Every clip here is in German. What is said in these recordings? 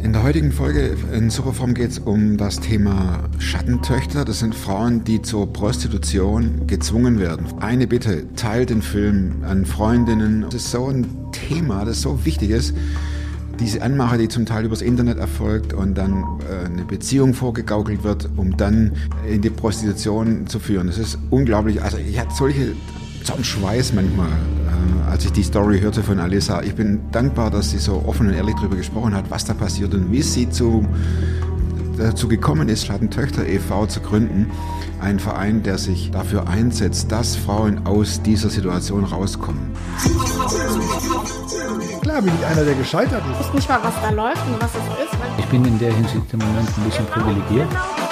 In der heutigen Folge in Superform geht es um das Thema Schattentöchter. Das sind Frauen, die zur Prostitution gezwungen werden. Eine Bitte, teilt den Film an Freundinnen. Das ist so ein Thema, das so wichtig ist. Diese Anmache, die zum Teil übers Internet erfolgt und dann eine Beziehung vorgegaukelt wird, um dann in die Prostitution zu führen. Das ist unglaublich. Also ich hatte so einen Schweiß manchmal, als ich die Story hörte von Alissa. Ich bin dankbar, dass sie so offen und ehrlich darüber gesprochen hat, was da passiert und wie sie dazu gekommen ist, Schattentöchter e.V. zu gründen. Ein Verein, der sich dafür einsetzt, dass Frauen aus dieser Situation rauskommen. Klar bin ich einer, der gescheitert ist. Ich weiß nicht mal, was da läuft und was es ist. Ich bin in der Hinsicht im Moment ein bisschen privilegiert.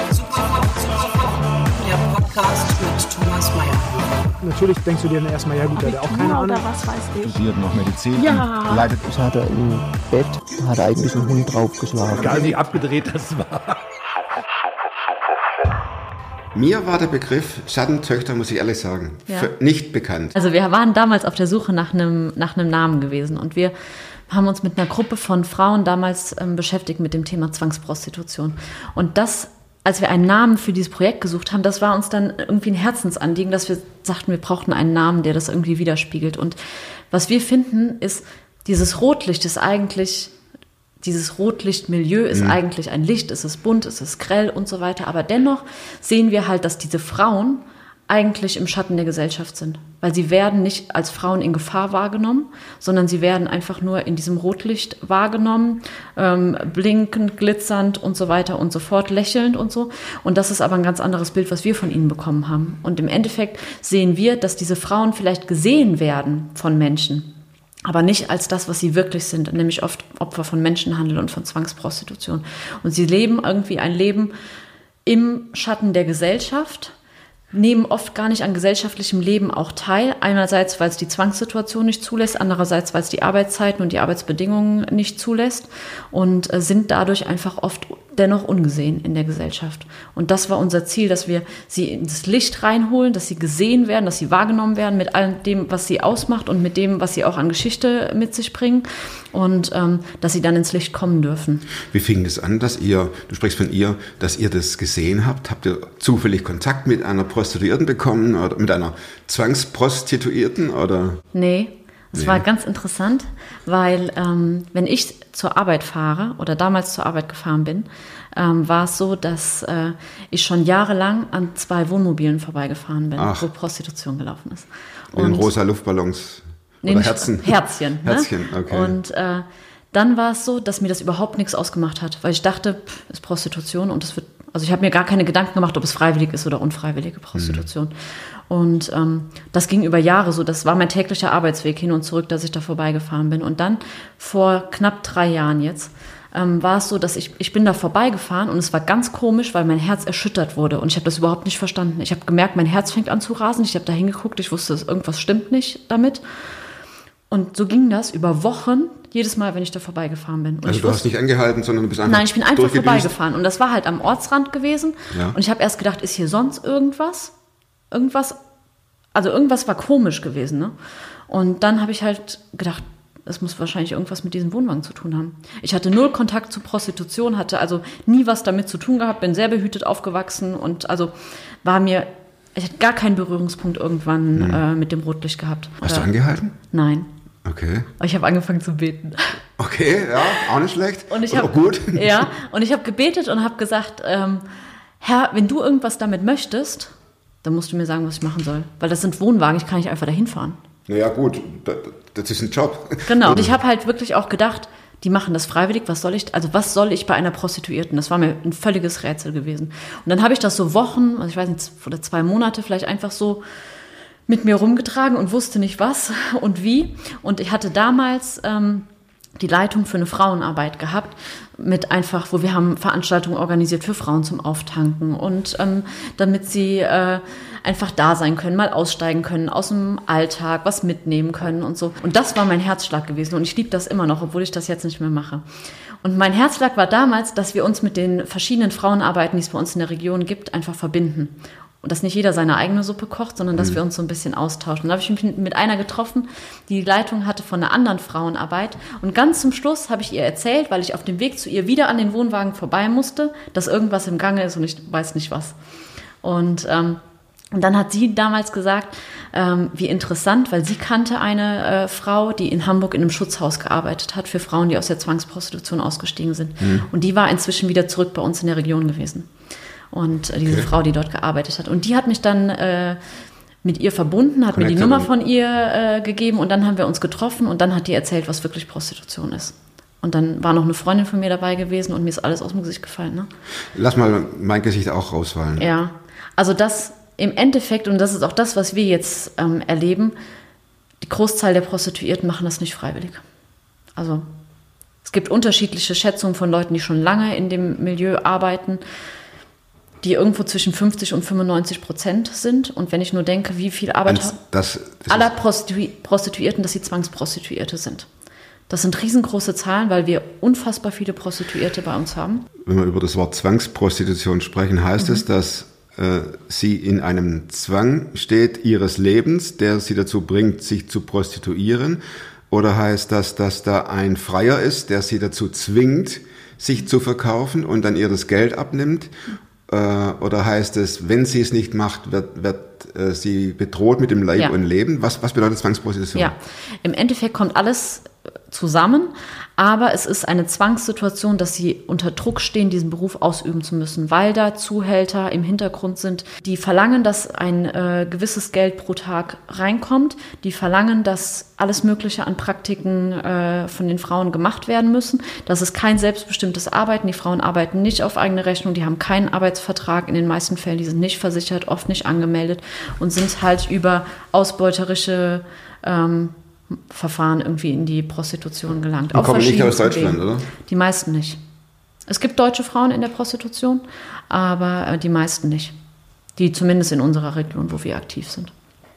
Der Podcast mit Thomas Mayer. Natürlich denkst du dir dann erstmal, ja gut, der hat auch keine Ahnung. Oder was weiß ich. Studiert noch Medizin. Ja. Leidet. Ich hatte im Bett, da hat eigentlich ein Hund drauf geschlafen. Egal wie abgedreht das war. Mir war der Begriff Schattentöchter, muss ich ehrlich sagen, nicht bekannt. Also wir waren damals auf der Suche nach einem Namen gewesen und wir haben uns mit einer Gruppe von Frauen damals beschäftigt mit dem Thema Zwangsprostitution. Und das, als wir einen Namen für dieses Projekt gesucht haben, das war uns dann irgendwie ein Herzensanliegen, dass wir sagten, wir brauchten einen Namen, der das irgendwie widerspiegelt. Und was wir finden, ist, dieses Rotlichtmilieu ist eigentlich ein Licht, es ist bunt, es ist grell und so weiter. Aber dennoch sehen wir halt, dass diese Frauen eigentlich im Schatten der Gesellschaft sind. Weil sie werden nicht als Frauen in Gefahr wahrgenommen, sondern sie werden einfach nur in diesem Rotlicht wahrgenommen, blinkend, glitzernd und so weiter und so fort, lächelnd und so. Und das ist aber ein ganz anderes Bild, was wir von ihnen bekommen haben. Und im Endeffekt sehen wir, dass diese Frauen vielleicht gesehen werden von Menschen, aber nicht als das, was sie wirklich sind, nämlich oft Opfer von Menschenhandel und von Zwangsprostitution. Und sie leben irgendwie ein Leben im Schatten der Gesellschaft, nehmen oft gar nicht an gesellschaftlichem Leben auch teil. Einerseits, weil es die Zwangssituation nicht zulässt, andererseits, weil es die Arbeitszeiten und die Arbeitsbedingungen nicht zulässt und sind dadurch einfach oft dennoch ungesehen in der Gesellschaft. Und das war unser Ziel, dass wir sie ins Licht reinholen, dass sie gesehen werden, dass sie wahrgenommen werden mit all dem, was sie ausmacht und mit dem, was sie auch an Geschichte mit sich bringen und dass sie dann ins Licht kommen dürfen. Wie fing das an, du sprichst von ihr, dass ihr das gesehen habt? Habt ihr zufällig Kontakt mit einer Prostituierten bekommen oder mit einer Zwangsprostituierten? Oder? Nee. Es war ganz interessant, weil wenn ich zur Arbeit fahre oder damals zur Arbeit gefahren bin, war es so, dass ich schon jahrelang an 2 Wohnmobilen vorbeigefahren bin, wo Prostitution gelaufen ist. In den rosa Luftballons oder Herzen? Herzchen. Ne? Herzchen, okay. Und dann war es so, dass mir das überhaupt nichts ausgemacht hat, weil ich dachte, ist Prostitution und also ich habe mir gar keine Gedanken gemacht, ob es freiwillig ist oder unfreiwillige Prostitution. Und das ging über Jahre so. Das war mein täglicher Arbeitsweg hin und zurück, dass ich da vorbeigefahren bin. Und dann vor knapp 3 Jahren jetzt war es so, dass ich bin da vorbeigefahren und es war ganz komisch, weil mein Herz erschüttert wurde. Und ich habe das überhaupt nicht verstanden. Ich habe gemerkt, mein Herz fängt an zu rasen. Ich habe da hingeguckt, ich wusste, irgendwas stimmt nicht damit. Und so ging das über Wochen, jedes Mal, wenn ich da vorbeigefahren bin. Und also du hast nicht angehalten, sondern du bist einfach Nein, ich bin einfach vorbeigefahren. Und das war halt am Ortsrand gewesen. Ja. Und ich habe erst gedacht, ist hier sonst irgendwas? Also irgendwas war komisch gewesen. Ne? Und dann habe ich halt gedacht, es muss wahrscheinlich irgendwas mit diesem Wohnwagen zu tun haben. Ich hatte 0 Kontakt zu Prostitution, hatte also nie was damit zu tun gehabt, bin sehr behütet aufgewachsen und also ich hatte gar keinen Berührungspunkt irgendwann mit dem Rotlicht gehabt. Hast du angehalten? Nein. Okay. Aber ich habe angefangen zu beten. Okay, ja, auch nicht schlecht. Und ich habe gut. Ja, und ich habe gebetet und habe gesagt, Herr, wenn du irgendwas damit möchtest, dann musst du mir sagen, was ich machen soll. Weil das sind Wohnwagen, ich kann nicht einfach dahin fahren. Naja, gut, das ist ein Job. Genau, und ich habe halt wirklich auch gedacht, die machen das freiwillig, was soll ich bei einer Prostituierten? Das war mir ein völliges Rätsel gewesen. Und dann habe ich das so Wochen, also ich weiß nicht, oder 2 Monate vielleicht einfach so mit mir rumgetragen und wusste nicht was und wie. Und ich hatte damals die Leitung für eine Frauenarbeit gehabt, wo wir haben Veranstaltungen organisiert für Frauen zum Auftanken und damit sie einfach da sein können, mal aussteigen können aus dem Alltag, was mitnehmen können und so. Und das war mein Herzschlag gewesen und ich liebe das immer noch, obwohl ich das jetzt nicht mehr mache. Und mein Herzschlag war damals, dass wir uns mit den verschiedenen Frauenarbeiten, die es bei uns in der Region gibt, einfach verbinden. Und dass nicht jeder seine eigene Suppe kocht, sondern dass wir uns so ein bisschen austauschen. Und da habe ich mich mit einer getroffen, die Leitung hatte von einer anderen Frauenarbeit. Und ganz zum Schluss habe ich ihr erzählt, weil ich auf dem Weg zu ihr wieder an den Wohnwagen vorbei musste, dass irgendwas im Gange ist und ich weiß nicht was. Und dann hat sie damals gesagt, wie interessant, weil sie kannte eine Frau, die in Hamburg in einem Schutzhaus gearbeitet hat für Frauen, die aus der Zwangsprostitution ausgestiegen sind. Und die war inzwischen wieder zurück bei uns in der Region gewesen. Und diese Frau, die dort gearbeitet hat. Und die hat mich dann mit ihr verbunden, hat mir die Nummer von ihr gegeben und dann haben wir uns getroffen und dann hat die erzählt, was wirklich Prostitution ist. Und dann war noch eine Freundin von mir dabei gewesen und mir ist alles aus dem Gesicht gefallen. Ne? Lass mal mein Gesicht auch rausfallen. Ja, also das im Endeffekt, und das ist auch das, was wir jetzt erleben, die Großzahl der Prostituierten machen das nicht freiwillig. Also es gibt unterschiedliche Schätzungen von Leuten, die schon lange in dem Milieu arbeiten, die irgendwo zwischen 50% und 95% sind. Und wenn ich nur denke, wie viel Arbeit aller Prostituierten, dass sie Zwangsprostituierte sind. Das sind riesengroße Zahlen, weil wir unfassbar viele Prostituierte bei uns haben. Wenn wir über das Wort Zwangsprostitution sprechen, heißt es, dass sie in einem Zwang steht ihres Lebens, der sie dazu bringt, sich zu prostituieren? Oder heißt das, dass da ein Freier ist, der sie dazu zwingt, sich zu verkaufen und dann ihr das Geld abnimmt? Oder heißt es, wenn sie es nicht macht, wird sie bedroht mit dem Leib und Leben? Was bedeutet Zwangsprostitution? Ja, im Endeffekt kommt alles zusammen, aber es ist eine Zwangssituation, dass sie unter Druck stehen, diesen Beruf ausüben zu müssen, weil da Zuhälter im Hintergrund sind, die verlangen, dass ein gewisses Geld pro Tag reinkommt, die verlangen, dass alles Mögliche an Praktiken von den Frauen gemacht werden müssen. Das ist kein selbstbestimmtes Arbeiten, die Frauen arbeiten nicht auf eigene Rechnung, die haben keinen Arbeitsvertrag in den meisten Fällen, die sind nicht versichert, oft nicht angemeldet und sind halt über ausbeuterische Verfahren irgendwie in die Prostitution gelangt. Die kommen nicht aus Deutschland, oder? Die meisten nicht. Es gibt deutsche Frauen in der Prostitution, aber die meisten nicht. Die zumindest in unserer Region, wo wir aktiv sind.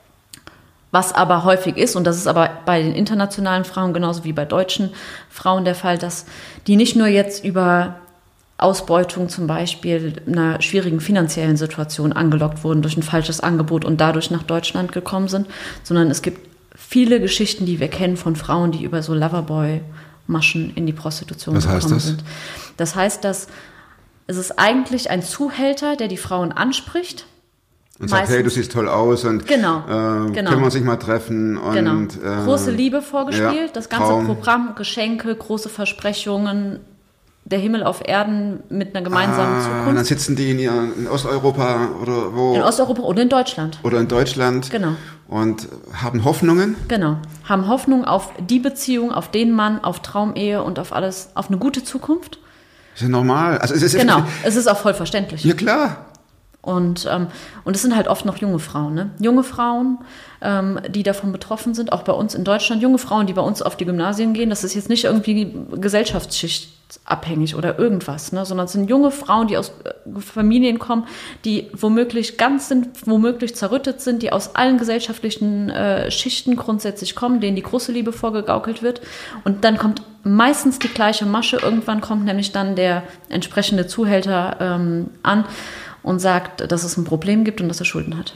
Was aber häufig ist, und das ist aber bei den internationalen Frauen genauso wie bei deutschen Frauen der Fall, dass die nicht nur jetzt über Ausbeutung zum Beispiel einer schwierigen finanziellen Situation angelockt wurden durch ein falsches Angebot und dadurch nach Deutschland gekommen sind, sondern es gibt viele Geschichten, die wir kennen von Frauen, die über so Loverboy-Maschen in die Prostitution gekommen sind. Das heißt, dass es ist eigentlich ein Zuhälter, der die Frauen anspricht. Und sagt, hey, du siehst toll aus und genau. Können wir uns nicht mal treffen. Und, große Liebe vorgespielt, das ganze Traum. Programm, Geschenke, große Versprechungen, der Himmel auf Erden mit einer gemeinsamen Zukunft. Und dann sitzen die in Osteuropa oder wo? In Osteuropa oder in Deutschland. Oder in Deutschland. Genau. Und haben Hoffnungen. Genau. Haben Hoffnung auf die Beziehung, auf den Mann, auf Traumehe und auf alles, auf eine gute Zukunft. Ist ja normal. Also es ist auch voll verständlich. Ja, klar. Und es sind halt oft noch junge Frauen, ne? Junge Frauen, die davon betroffen sind, auch bei uns in Deutschland. Junge Frauen, die bei uns auf die Gymnasien gehen. Das ist jetzt nicht irgendwie gesellschaftsschichtsabhängig oder irgendwas, ne? Sondern es sind junge Frauen, die aus Familien kommen, die womöglich womöglich zerrüttet sind, die aus allen gesellschaftlichen Schichten grundsätzlich kommen, denen die große Liebe vorgegaukelt wird. Und dann kommt meistens die gleiche Masche. Irgendwann kommt nämlich dann der entsprechende Zuhälter an und sagt, dass es ein Problem gibt und dass er Schulden hat.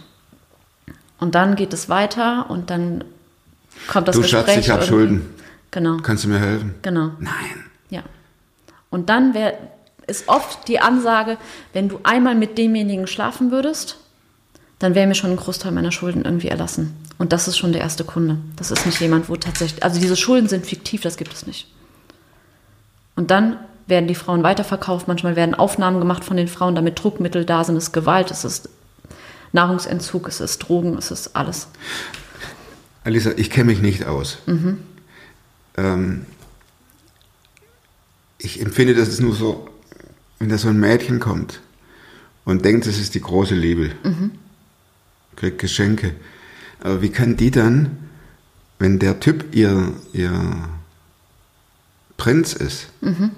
Und dann geht es weiter und dann kommt das Gespräch. Du Schatz, ich habe Schulden. Genau. Kannst du mir helfen? Genau. Nein. Ja. Und dann ist oft die Ansage, wenn du einmal mit demjenigen schlafen würdest, dann wäre mir schon ein Großteil meiner Schulden irgendwie erlassen. Und das ist schon der erste Kunde. Das ist nicht jemand, wo tatsächlich, also diese Schulden sind fiktiv, das gibt es nicht. Und dann werden die Frauen weiterverkauft. Manchmal werden Aufnahmen gemacht von den Frauen, damit Druckmittel da sind. Es ist Gewalt, es ist Nahrungsentzug, es ist Drogen, es ist alles. Alisa, ich kenne mich nicht aus. Ich empfinde das nur so, wenn da so ein Mädchen kommt und denkt, das ist die große Liebe. Kriegt Geschenke. Aber wie kann die dann, wenn der Typ ihr Prinz ist,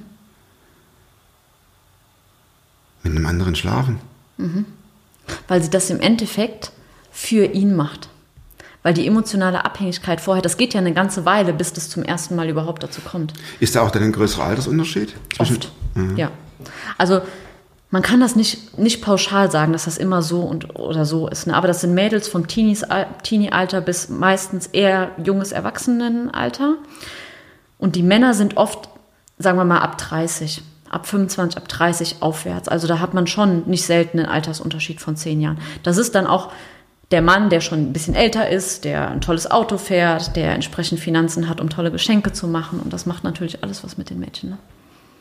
mit einem anderen schlafen? Weil sie das im Endeffekt für ihn macht. Weil die emotionale Abhängigkeit vorher, das geht ja eine ganze Weile, bis das zum ersten Mal überhaupt dazu kommt. Ist da auch dann ein größerer Altersunterschied? Oft, ja. Also Man kann das nicht pauschal sagen, dass das immer so oder so ist. Ne? Aber das sind Mädels vom Teenie-Alter bis meistens eher junges Erwachsenenalter. Und die Männer sind oft, sagen wir mal, ab 30, ab 25, ab 30 aufwärts. Also da hat man schon nicht selten einen Altersunterschied von 10 Jahren. Das ist dann auch der Mann, der schon ein bisschen älter ist, der ein tolles Auto fährt, der entsprechend Finanzen hat, um tolle Geschenke zu machen. Und das macht natürlich alles was mit den Mädchen. Ne?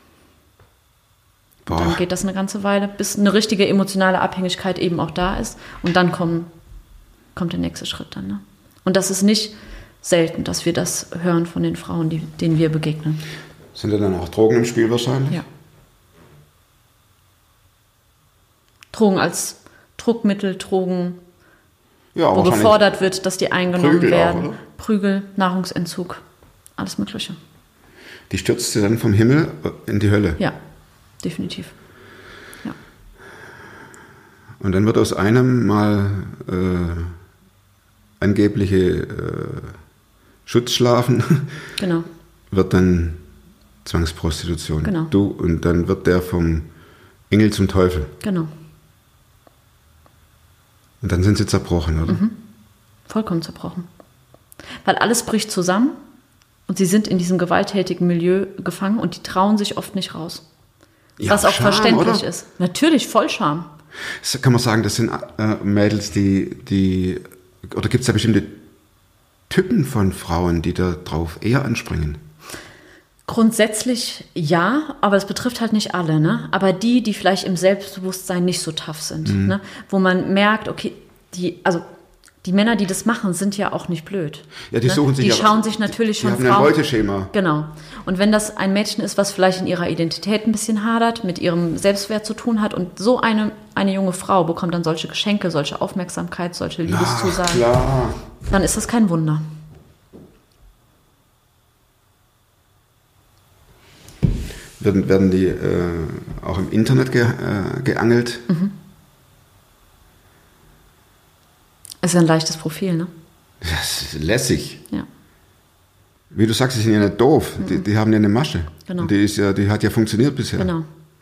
Dann geht das eine ganze Weile, bis eine richtige emotionale Abhängigkeit eben auch da ist. Und dann kommt der nächste Schritt dann. Ne? Und das ist nicht selten, dass wir das hören von den Frauen, denen wir begegnen. Sind da dann auch Drogen im Spiel wahrscheinlich? Ja. Drogen als Druckmittel, Drogen, Ja, wo gefordert wird, dass die eingenommen Prügel werden. auch, oder? Prügel, Nahrungsentzug, alles Mögliche. Die stürzt sie dann vom Himmel in die Hölle. Ja, definitiv. Ja. Und dann wird aus einem mal angebliche Schutzschlafen, Genau. wird dann Zwangsprostitution. Genau. Und dann wird der vom Engel zum Teufel. Genau. Und dann sind sie zerbrochen, oder? Vollkommen zerbrochen. Weil alles bricht zusammen und sie sind in diesem gewalttätigen Milieu gefangen und die trauen sich oft nicht raus. Ja, was auch Scham, verständlich oder? ist. Natürlich, voll Scham. Das kann man sagen, das sind Mädels, die oder gibt es da bestimmte Typen von Frauen, die da drauf eher anspringen? Grundsätzlich ja, aber es betrifft halt nicht alle. Ne? Aber die vielleicht im Selbstbewusstsein nicht so tough sind. Ne? Wo man merkt, okay, die Männer, die das machen, sind ja auch nicht blöd. Ja, die ne? suchen sich Die ja, schauen sich natürlich schon die haben Frauen. ein Beuteschema. Genau. Und wenn das ein Mädchen ist, was vielleicht in ihrer Identität ein bisschen hadert, mit ihrem Selbstwert zu tun hat und so eine junge Frau bekommt dann solche Geschenke, solche Aufmerksamkeit, solche Liebeszusagen, Klar. dann ist das kein Wunder. Werden die auch im Internet geangelt? Ist ja ein leichtes Profil, ne? Das ist lässig. Ja. Wie du sagst, die sind ja nicht doof. Die haben ja eine Masche. Genau. Und die hat ja funktioniert bisher. Genau.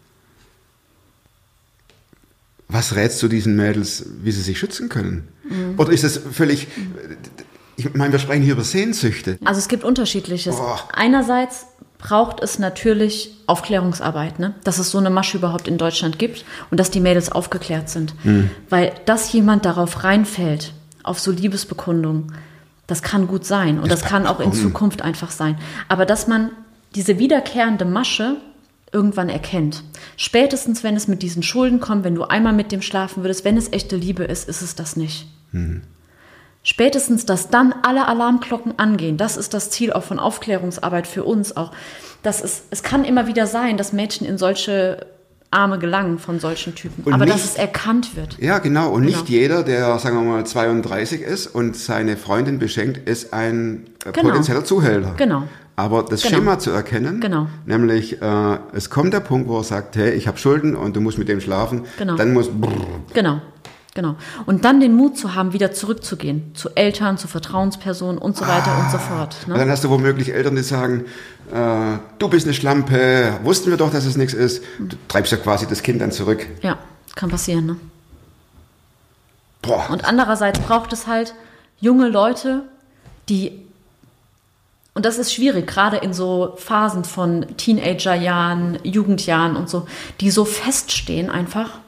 Was rätst du diesen Mädels, wie sie sich schützen können? Oder ist das völlig... Ich meine, wir sprechen hier über Sehnsüchte. Also es gibt Unterschiedliches. Boah. Einerseits braucht es natürlich Aufklärungsarbeit, ne? Dass es so eine Masche überhaupt in Deutschland gibt und dass die Mädels aufgeklärt sind. Weil, dass jemand darauf reinfällt, auf so Liebesbekundungen, das kann gut sein und das kann auch in Zukunft einfach sein. Aber dass man diese wiederkehrende Masche irgendwann erkennt. Spätestens, wenn es mit diesen Schulden kommt, wenn du einmal mit dem schlafen würdest, wenn es echte Liebe ist, ist es das nicht. Spätestens, dass dann alle Alarmglocken angehen, das ist das Ziel auch von Aufklärungsarbeit für uns auch. Es kann immer wieder sein, dass Mädchen in solche Arme gelangen von solchen Typen, Und aber nicht- dass es erkannt wird. Ja, genau. Und Genau. nicht jeder, der, sagen wir mal, 32 ist und seine Freundin beschenkt, ist ein Genau. potenzieller Zuhälter. Genau. Aber das Genau. Schema zu erkennen, Genau. nämlich es kommt der Punkt, wo er sagt, hey, ich habe Schulden und du musst mit dem schlafen, Genau. dann muss... Genau. Und dann den Mut zu haben, wieder zurückzugehen. Zu Eltern, zu Vertrauenspersonen und so weiter und so fort. Und Ne? dann hast du womöglich Eltern, die sagen, du bist eine Schlampe, wussten wir doch, dass es nichts ist. Du treibst ja quasi das Kind dann zurück. Ja, kann passieren. Ne? Boah. Und andererseits braucht es halt junge Leute, die, und das ist schwierig, gerade in so Phasen von Teenagerjahren, Jugendjahren und so, die so feststehen einfach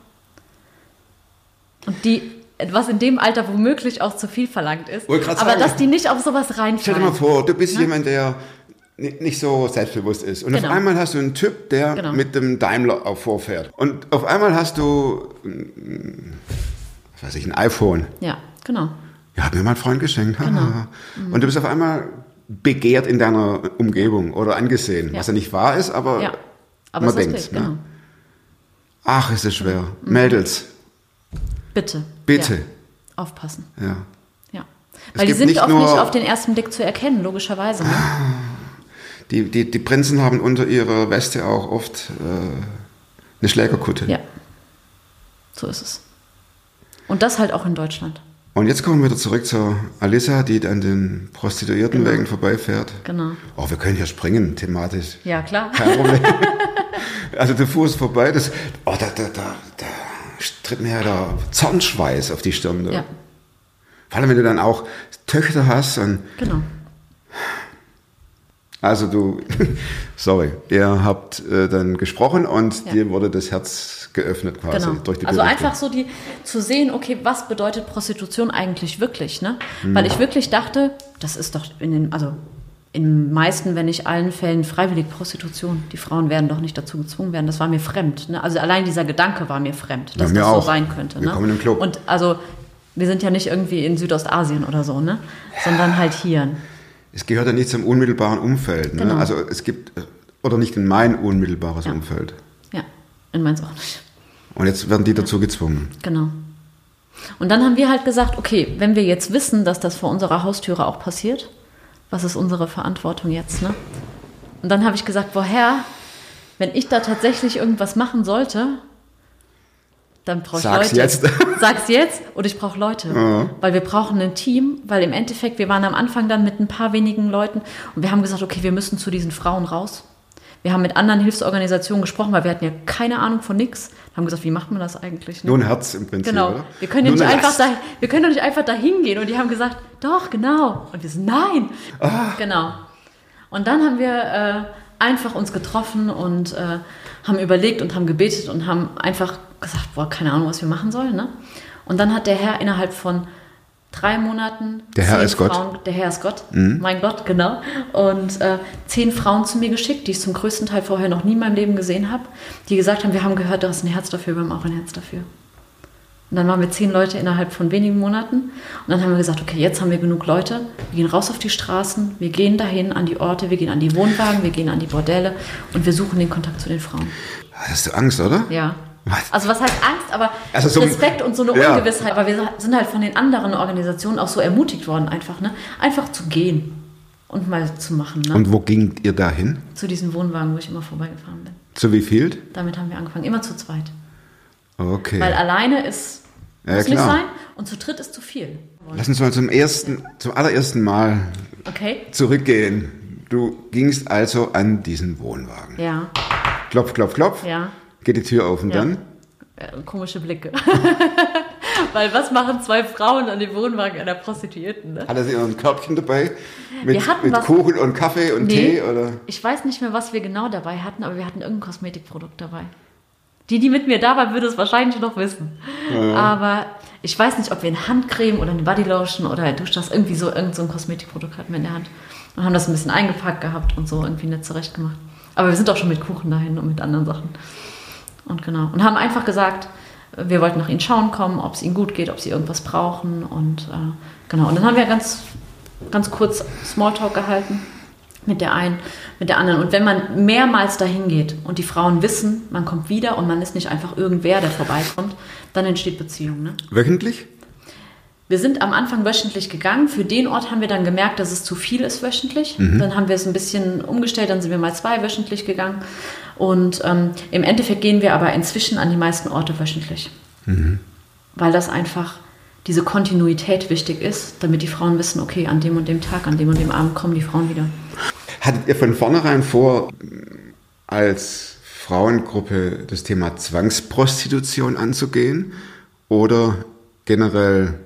und die, was in dem Alter womöglich auch zu viel verlangt ist, Wollte grad aber sagen. dass die nicht auf sowas Stell reinfallen. dir mal vor, du bist Ne? jemand, der nicht so selbstbewusst ist. Und Genau. auf einmal hast du einen Typ, der Genau. mit dem Daimler auch vorfährt. Und auf einmal hast du, was weiß ich, ein iPhone. Ja, genau. Ja, hat mir mein Freund geschenkt. Genau. Und du bist auf einmal begehrt in deiner Umgebung oder angesehen. Ja. Was ja nicht wahr ist, aber, Ja, aber man es ist denkt. Bild, genau. Ach, ist es schwer. Mädels, Bitte. bitte. Ja, aufpassen. Ja. Ja. Weil die gibt sind nicht oft nur- nicht auf den ersten Blick zu erkennen, logischerweise. Ne? Die Prinzen haben unter ihrer Weste auch oft eine Schlägerkutte. Ja. So ist es. Und das halt auch in Deutschland. Und jetzt kommen wir wieder zurück zur Alissa, die an den Prostituiertenwegen vorbeifährt. Genau. Oh, wir können hier springen, thematisch. Ja, klar. Kein Problem. Also du fuhrst vorbei, da tritt mir ja der Zornschweiß auf die Stirn. Da. Ja. Vor allem, wenn du dann auch Töchter hast und... Genau. Also ihr habt dann gesprochen und dir wurde das Herz geöffnet quasi durch die Also Berichte. einfach so zu sehen, okay, was bedeutet Prostitution eigentlich wirklich, ne? Weil ich wirklich dachte, das ist doch in den meisten, wenn nicht allen Fällen freiwillig Prostitution. Die Frauen werden doch nicht dazu gezwungen werden. Das war mir fremd. Ne? Also allein dieser Gedanke war mir fremd, dass das so sein könnte. Wir kommen im Club. Und also wir sind ja nicht irgendwie in Südostasien oder so, ne? Sondern halt hier. Es gehört ja nicht zum unmittelbaren Umfeld. Ne? Genau. Also es gibt, oder nicht in mein unmittelbares Umfeld. Ja, in meins auch nicht. Und jetzt werden die dazu gezwungen. Genau. Und dann haben wir halt gesagt, okay, wenn wir jetzt wissen, dass das vor unserer Haustüre auch passiert, was ist unsere Verantwortung jetzt, ne? Und dann habe ich gesagt, woher, wenn ich da tatsächlich irgendwas machen sollte, dann brauche ich Sag's Leute. jetzt. Sag's jetzt und ich brauche Leute. Ja. Weil wir brauchen ein Team, weil im Endeffekt, wir waren am Anfang dann mit ein paar wenigen Leuten und wir haben gesagt, okay, wir müssen zu diesen Frauen raus. Wir haben mit anderen Hilfsorganisationen gesprochen, weil wir hatten ja keine Ahnung von nichts. Wir haben gesagt, wie macht man das eigentlich? Ne? Nur ein Herz im Prinzip, Genau. oder? Wir können doch nicht einfach da hingehen. Und die haben gesagt, doch, genau. Und wir so, nein. Genau. Und dann haben wir einfach uns getroffen und haben überlegt und haben gebetet und haben einfach gesagt, boah, keine Ahnung, was wir machen sollen. Ne? Und dann hat der Herr innerhalb von 3 Monaten der Herr ist Gott. Der Herr ist Gott, mein Gott, genau. Und 10 Frauen zu mir geschickt, die ich zum größten Teil vorher noch nie in meinem Leben gesehen habe, die gesagt haben, wir haben gehört, du hast ein Herz dafür, wir haben auch ein Herz dafür. Und dann waren wir 10 Leute innerhalb von wenigen Monaten. Und dann haben wir gesagt, okay, jetzt haben wir genug Leute. Wir gehen raus auf die Straßen, wir gehen dahin an die Orte, wir gehen an die Wohnwagen, wir gehen an die Bordelle und wir suchen den Kontakt zu den Frauen. Hast du Angst, oder? Ja. Was? Also was heißt Angst, aber Also so Respekt und so eine Ungewissheit, weil wir sind halt von den anderen Organisationen auch so ermutigt worden, einfach, ne? Einfach zu gehen und mal zu machen. Ne? Und wo gingt ihr da hin? Zu diesen Wohnwagen, wo ich immer vorbeigefahren bin. Zu wie viel? Damit haben wir angefangen, immer zu zweit. Okay. Weil alleine muss nicht klar. sein und zu dritt ist zu viel. Lass uns mal zum allerersten Mal Okay? zurückgehen. Du gingst also an diesen Wohnwagen. Ja, Klopf, klopf, klopf. ja. Geht die Tür auf und Ja. dann? Komische Blicke. Weil was machen 2 Frauen an dem Wohnwagen einer Prostituierten? Ne? Hatte sie ein Körbchen dabei? Mit Wir hatten was- Kuchen und Kaffee und Tee? Oder? Ich weiß nicht mehr, was wir genau dabei hatten, aber wir hatten irgendein Kosmetikprodukt dabei. Die mit mir da war, würde es wahrscheinlich noch wissen. Ja. Aber ich weiß nicht, ob wir eine Handcreme oder eine Bodylotion oder Duschdas, irgend so ein Kosmetikprodukt hatten wir in der Hand. Und haben das ein bisschen eingepackt gehabt und so irgendwie nett zurechtgemacht. Aber wir sind auch schon mit Kuchen dahin und mit anderen Sachen. Und genau. Und haben einfach gesagt, wir wollten nach ihnen schauen kommen, ob es ihnen gut geht, ob sie irgendwas brauchen. Und genau. Und dann haben wir ganz kurz Smalltalk gehalten mit der einen, mit der anderen. Und wenn man mehrmals dahin geht und die Frauen wissen, man kommt wieder und man ist nicht einfach irgendwer, der vorbeikommt, dann entsteht Beziehung. Ne? Wöchentlich? Wir sind am Anfang wöchentlich gegangen. Für den Ort haben wir dann gemerkt, dass es zu viel ist wöchentlich. Dann haben wir es ein bisschen umgestellt, dann sind wir mal 2 wöchentlich gegangen. Und im Endeffekt gehen wir aber inzwischen an die meisten Orte wöchentlich. Weil das einfach diese Kontinuität wichtig ist, damit die Frauen wissen, okay, an dem und dem Tag, an dem und dem Abend kommen die Frauen wieder. Hattet ihr von vornherein vor, als Frauengruppe das Thema Zwangsprostitution anzugehen oder generell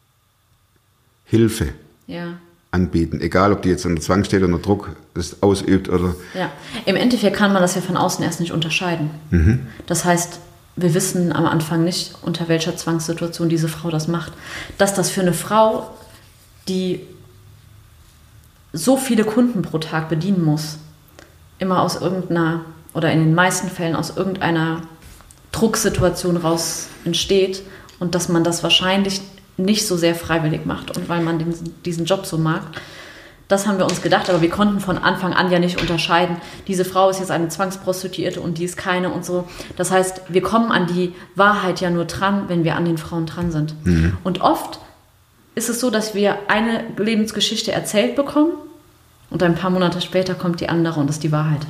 Hilfe anbieten? Egal, ob die jetzt unter Zwang steht oder unter Druck das ausübt oder... Ja, im Endeffekt kann man das ja von außen erst nicht unterscheiden. Das heißt, wir wissen am Anfang nicht, unter welcher Zwangssituation diese Frau das macht. Dass das für eine Frau, die so viele Kunden pro Tag bedienen muss, immer aus irgendeiner, oder in den meisten Fällen aus irgendeiner Drucksituation raus entsteht und dass man das wahrscheinlich nicht so sehr freiwillig macht und weil man diesen Job so mag. Das haben wir uns gedacht, aber wir konnten von Anfang an ja nicht unterscheiden. Diese Frau ist jetzt eine Zwangsprostituierte und die ist keine und so. Das heißt, wir kommen an die Wahrheit ja nur dran, wenn wir an den Frauen dran sind. Und oft ist es so, dass wir eine Lebensgeschichte erzählt bekommen und ein paar Monate später kommt die andere und das ist die Wahrheit.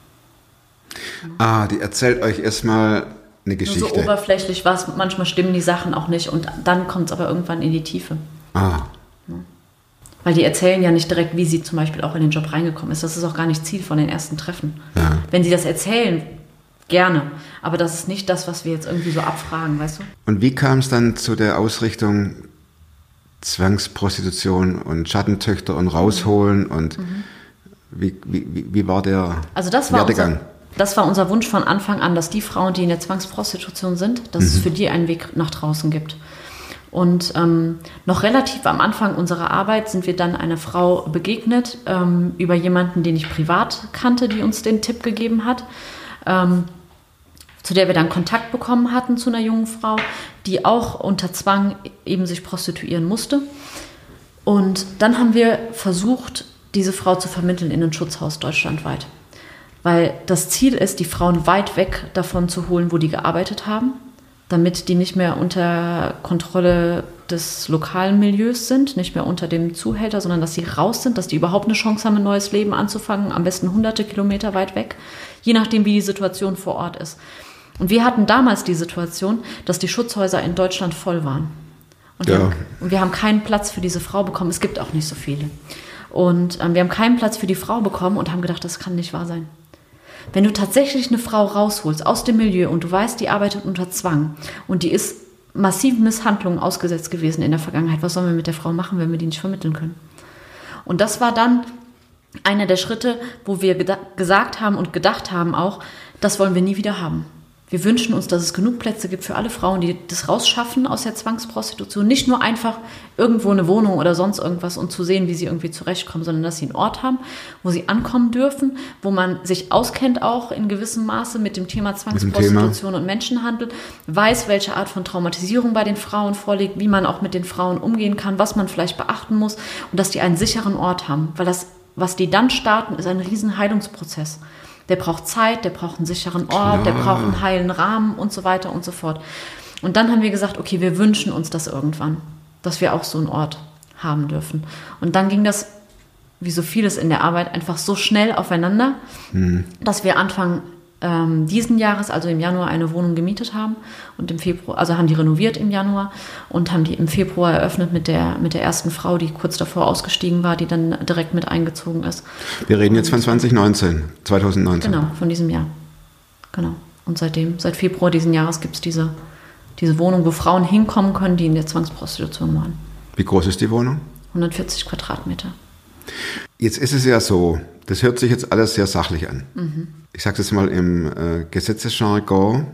Die erzählt euch erstmal eine Geschichte. Nur so oberflächlich was, manchmal stimmen die Sachen auch nicht und dann kommt es aber irgendwann in die Tiefe. Weil die erzählen ja nicht direkt, wie sie zum Beispiel auch in den Job reingekommen ist. Das ist auch gar nicht Ziel von den ersten Treffen. Ja. Wenn sie das erzählen, Gerne. Aber das ist nicht das, was wir jetzt irgendwie so abfragen, weißt du? Und wie kam es dann zu der Ausrichtung Zwangsprostitution und Schattentöchter und rausholen und wie war der Werdegang? Das war unser Wunsch von Anfang an, dass die Frauen, die in der Zwangsprostitution sind, dass es für die einen Weg nach draußen gibt. Und noch relativ am Anfang unserer Arbeit sind wir dann einer Frau begegnet, über jemanden, den ich privat kannte, die uns den Tipp gegeben hat, zu der wir dann Kontakt bekommen hatten zu einer jungen Frau, die auch unter Zwang eben sich prostituieren musste. Und dann haben wir versucht, diese Frau zu vermitteln in ein Schutzhaus deutschlandweit. Weil das Ziel ist, die Frauen weit weg davon zu holen, wo die gearbeitet haben, damit die nicht mehr unter Kontrolle des lokalen Milieus sind, nicht mehr unter dem Zuhälter, sondern dass sie raus sind, dass die überhaupt eine Chance haben, ein neues Leben anzufangen, am besten hunderte Kilometer weit weg, je nachdem, wie die Situation vor Ort ist. Und wir hatten damals die Situation, dass die Schutzhäuser in Deutschland voll waren. Und wir haben keinen Platz für diese Frau bekommen. Es gibt auch nicht so viele. Und wir haben keinen Platz für die Frau bekommen und haben gedacht, das kann nicht wahr sein. Wenn du tatsächlich eine Frau rausholst aus dem Milieu und du weißt, die arbeitet unter Zwang und die ist massiven Misshandlungen ausgesetzt gewesen in der Vergangenheit, was sollen wir mit der Frau machen, wenn wir die nicht vermitteln können? Und das war dann einer der Schritte, wo wir gesagt haben und gedacht haben auch, das wollen wir nie wieder haben. Wir wünschen uns, dass es genug Plätze gibt für alle Frauen, die das rausschaffen aus der Zwangsprostitution. Nicht nur einfach irgendwo eine Wohnung oder sonst irgendwas und zu sehen, wie sie irgendwie zurechtkommen, sondern dass sie einen Ort haben, wo sie ankommen dürfen, wo man sich auskennt auch in gewissem Maße mit dem Thema Zwangsprostitution und Menschenhandel, weiß, welche Art von Traumatisierung bei den Frauen vorliegt, wie man auch mit den Frauen umgehen kann, was man vielleicht beachten muss und dass die einen sicheren Ort haben. Weil das, was die dann starten, ist ein riesen Heilungsprozess. Der braucht Zeit, der braucht einen sicheren Ort, der braucht einen heilen Rahmen und so weiter und so fort. Und dann haben wir gesagt, okay, wir wünschen uns das irgendwann, dass wir auch so einen Ort haben dürfen. Und dann ging das, wie so vieles in der Arbeit, einfach so schnell aufeinander, dass wir Anfang diesen Jahres, also im Januar, eine Wohnung gemietet haben und im Februar, also haben die renoviert im Januar und haben die im Februar eröffnet mit der ersten Frau, die kurz davor ausgestiegen war, die dann direkt mit eingezogen ist. Wir reden jetzt von 2019. Genau, von diesem Jahr. Genau. Und seit Februar diesen Jahres gibt es diese Wohnung, wo Frauen hinkommen können, die in der Zwangsprostitution waren. Wie groß ist die Wohnung? 140 Quadratmeter. Jetzt ist es ja so, das hört sich jetzt alles sehr sachlich an. Ich sage das mal im Gesetzesjargon,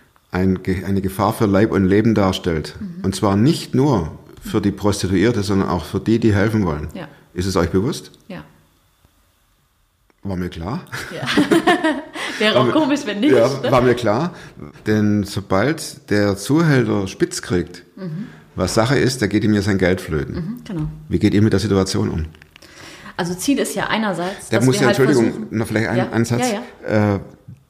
eine Gefahr für Leib und Leben darstellt. Und zwar nicht nur für die Prostituierte, sondern auch für die helfen wollen. Ja. Ist es euch bewusst? Ja. War mir klar. Ja. Wäre auch komisch, wenn nicht. Ja, war mir klar. Denn sobald der Zuhälter spitz kriegt, was Sache ist, da geht ihm ja sein Geld flöten. Genau. Wie geht ihr mit der Situation um? Also Ziel ist ja einerseits, dass wir halt versuchen... noch vielleicht einen Satz. Ja.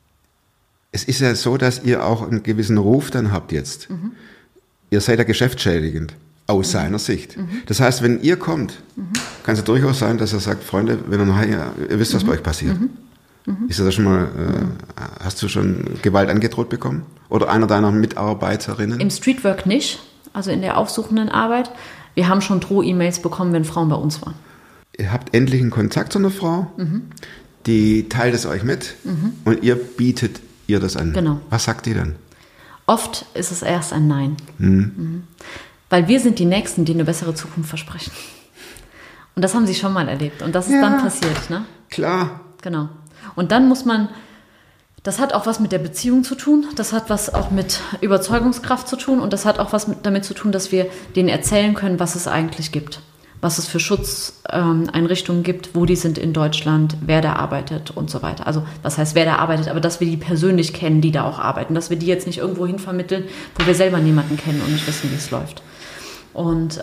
Es ist ja so, dass ihr auch einen gewissen Ruf dann habt jetzt. Ihr seid ja geschäftsschädigend, aus seiner Sicht. Das heißt, wenn ihr kommt, kann es ja durchaus sein, dass er sagt, Freunde, wenn ihr nachher, ihr wisst, was bei euch passiert. Ist das schon mal, hast du schon Gewalt angedroht bekommen? Oder einer deiner Mitarbeiterinnen? Im Streetwork nicht, also in der aufsuchenden Arbeit. Wir haben schon Droh-E-Mails bekommen, wenn Frauen bei uns waren. Ihr habt endlich einen Kontakt zu einer Frau, die teilt es euch mit und ihr bietet ihr das an. Genau. Was sagt die dann? Oft ist es erst ein Nein. Weil wir sind die Nächsten, die eine bessere Zukunft versprechen. Und das haben sie schon mal erlebt. Und das ist dann passiert. Ne? Klar. Genau. Und dann muss man, das hat auch was mit der Beziehung zu tun, das hat was auch mit Überzeugungskraft zu tun und das hat auch was damit zu tun, dass wir denen erzählen können, was es eigentlich gibt. Was es für Schutzeinrichtungen gibt, wo die sind in Deutschland, wer da arbeitet und so weiter. Also was heißt, wer da arbeitet, aber dass wir die persönlich kennen, die da auch arbeiten. Dass wir die jetzt nicht irgendwo hin vermitteln, wo wir selber niemanden kennen und nicht wissen, wie es läuft. Und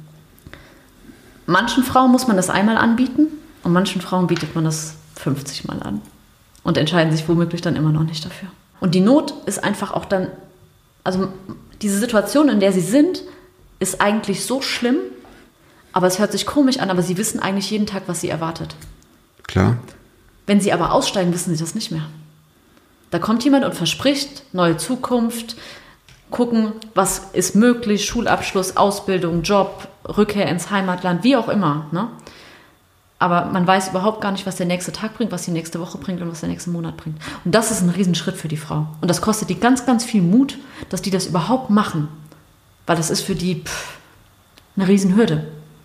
manchen Frauen muss man das einmal anbieten und manchen Frauen bietet man das 50 Mal an. Und entscheiden sich womöglich dann immer noch nicht dafür. Und die Not ist einfach auch dann, also diese Situation, in der sie sind, ist eigentlich so schlimm, aber es hört sich komisch an, aber sie wissen eigentlich jeden Tag, was sie erwartet. Klar. Wenn sie aber aussteigen, wissen sie das nicht mehr. Da kommt jemand und verspricht neue Zukunft, gucken, was ist möglich, Schulabschluss, Ausbildung, Job, Rückkehr ins Heimatland, wie auch immer. Ne? aber man weiß überhaupt gar nicht, was der nächste Tag bringt, was die nächste Woche bringt und was der nächste Monat bringt. Und das ist ein Riesenschritt für die Frau. Und das kostet die ganz, ganz viel Mut, dass die das überhaupt machen. Weil das ist für die eine Riesenhürde.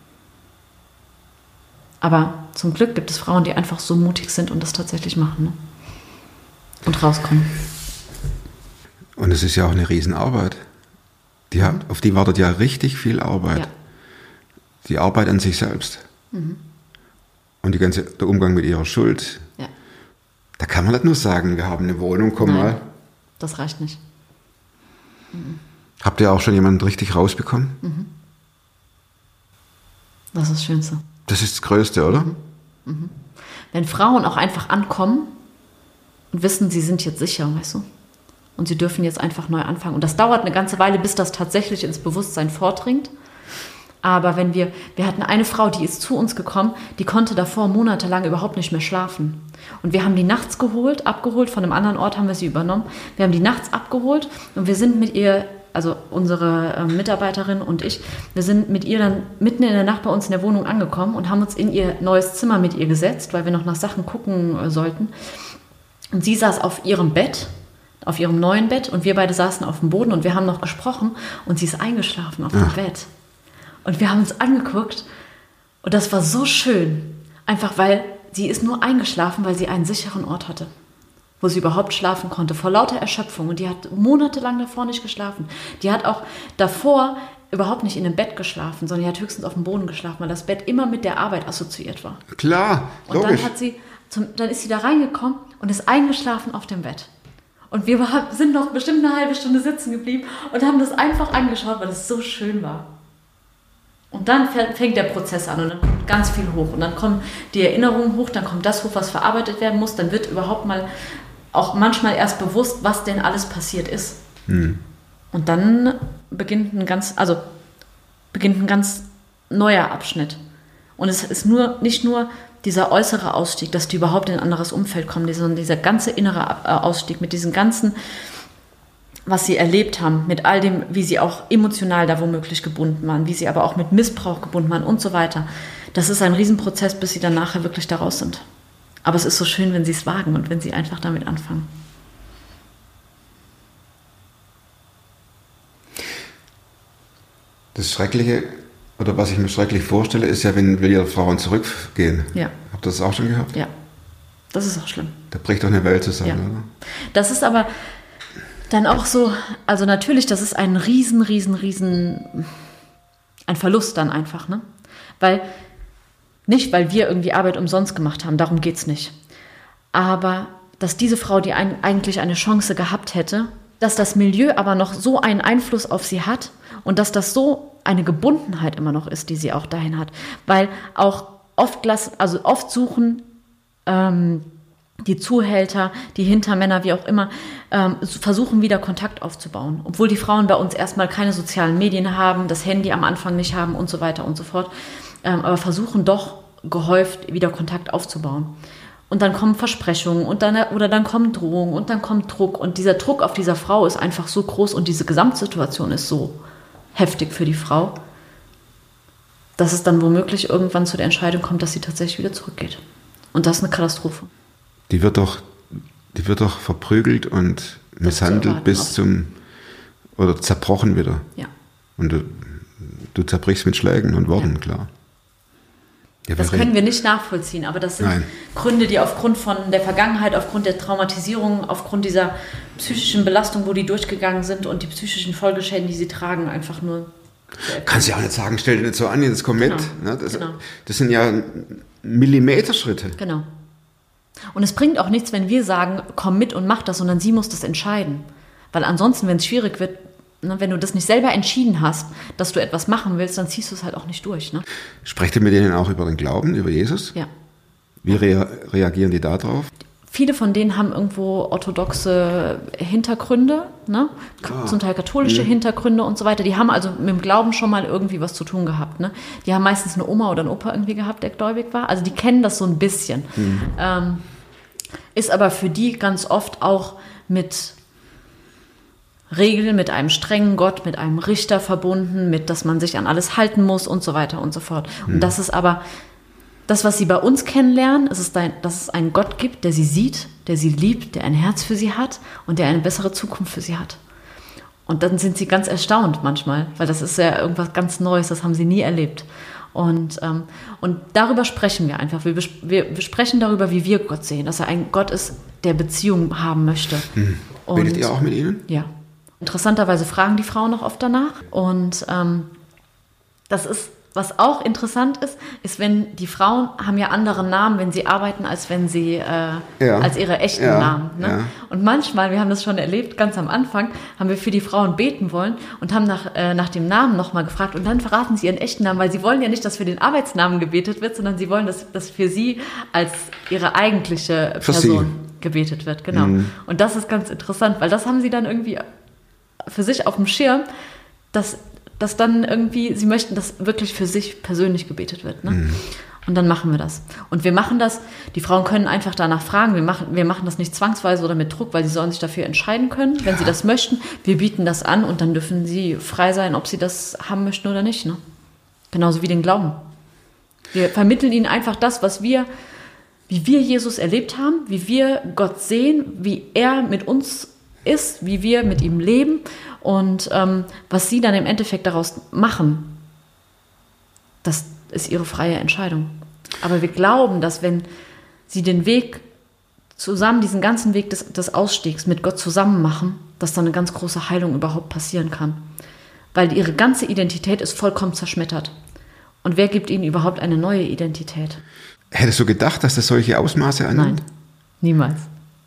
Aber zum Glück gibt es Frauen, die einfach so mutig sind und das tatsächlich machen, ne? Und rauskommen. Und es ist ja auch eine Riesenarbeit. Auf die wartet ja richtig viel Arbeit. Ja. Die Arbeit an sich selbst. Und der Umgang mit ihrer Schuld. Ja. Da kann man nicht nur sagen, wir haben eine Wohnung, komm Nein, mal. Das reicht nicht. Habt ihr auch schon jemanden richtig rausbekommen? Das ist das Schönste. Das ist das Größte, oder? Wenn Frauen auch einfach ankommen und wissen, sie sind jetzt sicher, weißt du? Und sie dürfen jetzt einfach neu anfangen. Und das dauert eine ganze Weile, bis das tatsächlich ins Bewusstsein vordringt. Aber wir hatten eine Frau, die ist zu uns gekommen, die konnte davor monatelang überhaupt nicht mehr schlafen. Und wir haben die nachts abgeholt, von einem anderen Ort haben wir sie übernommen. Wir haben die nachts abgeholt und wir sind mit ihr, also unsere Mitarbeiterin und ich, wir sind mit ihr dann mitten in der Nacht bei uns in der Wohnung angekommen und haben uns in ihr neues Zimmer mit ihr gesetzt, weil wir noch nach Sachen gucken sollten. Und sie saß auf ihrem Bett, auf ihrem neuen Bett und wir beide saßen auf dem Boden und wir haben noch gesprochen und sie ist eingeschlafen auf dem Bett. Und wir haben uns angeguckt und das war so schön. Einfach weil sie ist nur eingeschlafen, weil sie einen sicheren Ort hatte, wo sie überhaupt schlafen konnte, vor lauter Erschöpfung. Und die hat monatelang davor nicht geschlafen. Die hat auch davor überhaupt nicht in einem Bett geschlafen, sondern die hat höchstens auf dem Boden geschlafen, weil das Bett immer mit der Arbeit assoziiert war. Klar, logisch. Und dann ist sie da reingekommen und ist eingeschlafen auf dem Bett. Und wir sind noch bestimmt eine halbe Stunde sitzen geblieben und haben das einfach angeschaut, weil es so schön war. Und dann fängt der Prozess an und dann kommt ganz viel hoch. Und dann kommen die Erinnerungen hoch, dann kommt das hoch, was verarbeitet werden muss. Dann wird überhaupt mal, auch manchmal erst bewusst, was denn alles passiert ist. Und dann beginnt ein ganz neuer Abschnitt. Und es ist nicht nur dieser äußere Ausstieg, dass die überhaupt in ein anderes Umfeld kommen, sondern dieser ganze innere Ausstieg mit diesem ganzen, was sie erlebt haben, mit all dem, wie sie auch emotional da womöglich gebunden waren, wie sie aber auch mit Missbrauch gebunden waren und so weiter. Das ist ein Riesenprozess, bis sie dann nachher wirklich da raus sind. Aber es ist so schön, wenn sie es wagen und wenn sie einfach damit anfangen. Das Schreckliche, oder was ich mir schrecklich vorstelle, ist ja, wenn wir Frauen zurückgehen. Ja. Habt ihr das auch schon gehabt? Ja, das ist auch schlimm. Da bricht doch eine Welt zusammen, Ja. oder? Das ist aber dann auch so, also natürlich, das ist ein ein Verlust dann einfach, ne? Nicht, weil wir irgendwie Arbeit umsonst gemacht haben, darum geht's nicht. Aber, dass diese Frau, die eigentlich eine Chance gehabt hätte, dass das Milieu aber noch so einen Einfluss auf sie hat und dass das so eine Gebundenheit immer noch ist, die sie auch dahin hat. Weil auch oft suchen die Zuhälter, die Hintermänner, wie auch immer, versuchen wieder Kontakt aufzubauen. Obwohl die Frauen bei uns erstmal keine sozialen Medien haben, das Handy am Anfang nicht haben und so weiter und so fort. Aber versuchen doch gehäuft wieder Kontakt aufzubauen. Und dann kommen Versprechungen oder dann kommen Drohungen und dann kommt Druck. Und dieser Druck auf dieser Frau ist einfach so groß und diese Gesamtsituation ist so heftig für die Frau, dass es dann womöglich irgendwann zu der Entscheidung kommt, dass sie tatsächlich wieder zurückgeht. Und das ist eine Katastrophe. Die wird doch verprügelt und misshandelt oder zerbrochen wieder. Ja. Und du zerbrichst mit Schlägen und Worten, Ja. klar. Ja, Das können wir nicht nachvollziehen, aber das sind Gründe, die aufgrund von der Vergangenheit, aufgrund der Traumatisierung, aufgrund dieser psychischen Belastung, wo die durchgegangen sind und die psychischen Folgeschäden, die sie tragen, einfach nur... Kannst du ja auch nicht sagen, stell dir nicht so an, jetzt komm mit. Genau. Ne? Genau. Das sind ja Millimeterschritte. Genau. Und es bringt auch nichts, wenn wir sagen, komm mit und mach das, sondern sie muss das entscheiden. Weil ansonsten, wenn es schwierig wird, ne, wenn du das nicht selber entschieden hast, dass du etwas machen willst, dann ziehst du es halt auch nicht durch. Ne? Sprecht ihr mit denen auch über den Glauben, über Jesus? Ja. Wie reagieren die da drauf? Viele von denen haben irgendwo orthodoxe Hintergründe, ne? Zum Teil katholische Hintergründe und so weiter. Die haben also mit dem Glauben schon mal irgendwie was zu tun gehabt. Ne? Die haben meistens eine Oma oder einen Opa irgendwie gehabt, der gläubig war. Also die kennen das so ein bisschen. Ist aber für die ganz oft auch mit Regeln, mit einem strengen Gott, mit einem Richter verbunden, mit, dass man sich an alles halten muss und so weiter und so fort. Und das ist aber das, was sie bei uns kennenlernen, ist dass es einen Gott gibt, der sie sieht, der sie liebt, der ein Herz für sie hat und der eine bessere Zukunft für sie hat. Und dann sind sie ganz erstaunt manchmal, weil das ist ja irgendwas ganz Neues, das haben sie nie erlebt. Und darüber sprechen wir einfach. Wir sprechen darüber, wie wir Gott sehen, dass er ein Gott ist, der Beziehung haben möchte. Betet ihr auch mit ihnen? Ja. Interessanterweise fragen die Frauen noch oft danach. Und das ist, was auch interessant ist, wenn die Frauen haben ja andere Namen, wenn sie arbeiten, als wenn sie als ihre echten Namen. Ne? Ja. Und manchmal, wir haben das schon erlebt, ganz am Anfang, haben wir für die Frauen beten wollen und haben nach dem Namen nochmal gefragt und dann verraten sie ihren echten Namen, weil sie wollen ja nicht, dass für den Arbeitsnamen gebetet wird, sondern sie wollen, dass für sie als ihre eigentliche Person gebetet wird. Genau. Und das ist ganz interessant, weil das haben sie dann irgendwie für sich auf dem Schirm, dass dann irgendwie, sie möchten, dass wirklich für sich persönlich gebetet wird. Ne? Und dann machen wir das. Und wir machen das, die Frauen können einfach danach fragen, wir machen das nicht zwangsweise oder mit Druck, weil sie sollen sich dafür entscheiden können, wenn sie das möchten. Wir bieten das an und dann dürfen sie frei sein, ob sie das haben möchten oder nicht. Ne? Genauso wie den Glauben. Wir vermitteln ihnen einfach das, wie wir Jesus erlebt haben, wie wir Gott sehen, wie er mit uns ist, wie wir mit ihm leben und was sie dann im Endeffekt daraus machen, das ist ihre freie Entscheidung. Aber wir glauben, dass wenn sie den Weg zusammen, diesen ganzen Weg des Ausstiegs mit Gott zusammen machen, dass dann eine ganz große Heilung überhaupt passieren kann. Weil ihre ganze Identität ist vollkommen zerschmettert. Und wer gibt ihnen überhaupt eine neue Identität? Hättest du gedacht, dass das solche Ausmaße annimmt? Nein, niemals.